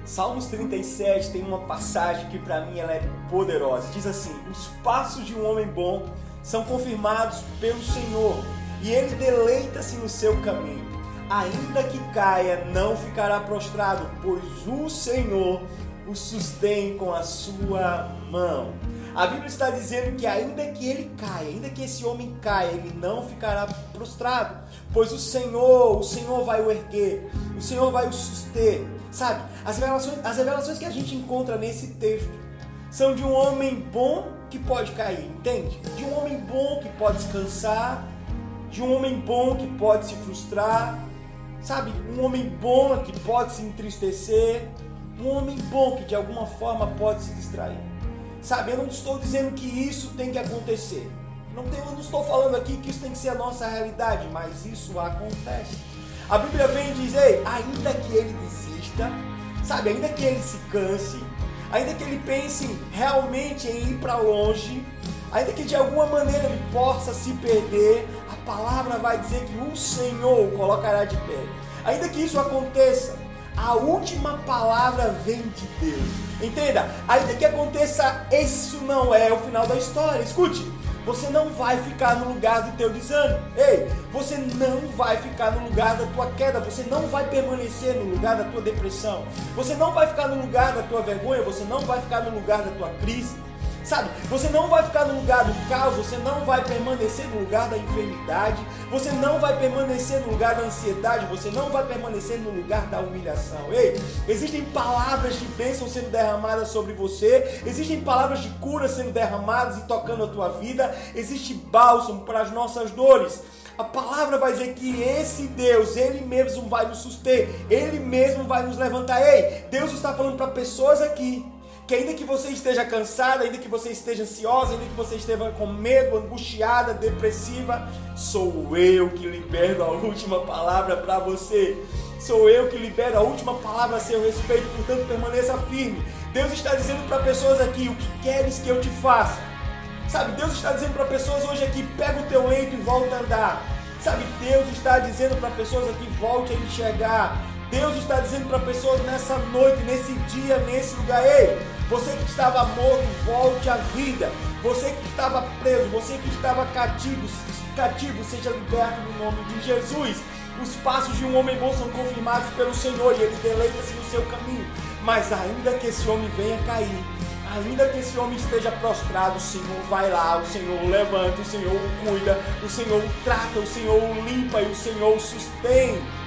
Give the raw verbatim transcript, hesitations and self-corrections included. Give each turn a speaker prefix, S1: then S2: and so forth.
S1: Salmos trinta e sete tem uma passagem que para mim ela é poderosa. Diz assim: os passos de um homem bom são confirmados pelo Senhor, e ele deleita-se no seu caminho. Ainda que caia, não ficará prostrado, pois o Senhor o sustém com a sua mão. A Bíblia está dizendo que ainda que ele caia, ainda que esse homem caia, ele não ficará prostrado, pois o Senhor, o Senhor vai o erguer, o Senhor vai o suster. Sabe, as revelações, as revelações que a gente encontra nesse texto são de um homem bom que pode cair, entende? De um homem bom que pode descansar, de um homem bom que pode se frustrar, sabe? Um homem bom que pode se entristecer, um homem bom que de alguma forma pode se distrair. Sabe, eu não estou dizendo que isso tem que acontecer. Não tem, eu não estou falando aqui que isso tem que ser a nossa realidade, mas isso acontece. A Bíblia vem e diz: ei, ainda que ele desista, sabe, ainda que ele se canse, ainda que ele pense realmente em ir para longe, ainda que de alguma maneira ele possa se perder, a palavra vai dizer que o Senhor o colocará de pé. Ainda que isso aconteça, a última palavra vem de Deus. Entenda, ainda que aconteça, isso não é o final da história. Escute, você não vai ficar no lugar do teu desânimo. Ei, você não vai ficar no lugar da tua queda. Você não vai permanecer no lugar da tua depressão. Você não vai ficar no lugar da tua vergonha. Você não vai ficar no lugar da tua crise. Sabe, você não vai ficar no lugar do caos, você não vai permanecer no lugar da enfermidade, você não vai permanecer no lugar da ansiedade, você não vai permanecer no lugar da humilhação. Ei, existem palavras de bênção sendo derramadas sobre você, existem palavras de cura sendo derramadas e tocando a tua vida, existe bálsamo para as nossas dores. A palavra vai dizer que esse Deus, Ele mesmo vai nos suster, Ele mesmo vai nos levantar. Ei, Deus está falando para pessoas aqui, que ainda que você esteja cansada, ainda que você esteja ansiosa, ainda que você esteja com medo, angustiada, depressiva, sou eu que libero a última palavra para você. Sou eu que libero a última palavra a seu respeito, portanto permaneça firme. Deus está dizendo para pessoas aqui: o que queres que eu te faça? Sabe, Deus está dizendo para pessoas hoje aqui: pega o teu leito e volta a andar. Sabe, Deus está dizendo para pessoas aqui: volte a enxergar. Deus está dizendo para pessoas nessa noite, nesse dia, nesse lugar: ei, você que estava morto, volte à vida. Você que estava preso, você que estava cativo, cativo, seja liberto no nome de Jesus. Os passos de um homem bom são confirmados pelo Senhor e Ele deleita-se no seu caminho. Mas ainda que esse homem venha cair, ainda que esse homem esteja prostrado, o Senhor vai lá, o Senhor o levanta, o Senhor o cuida, o Senhor o trata, o Senhor o limpa e o Senhor o sustém.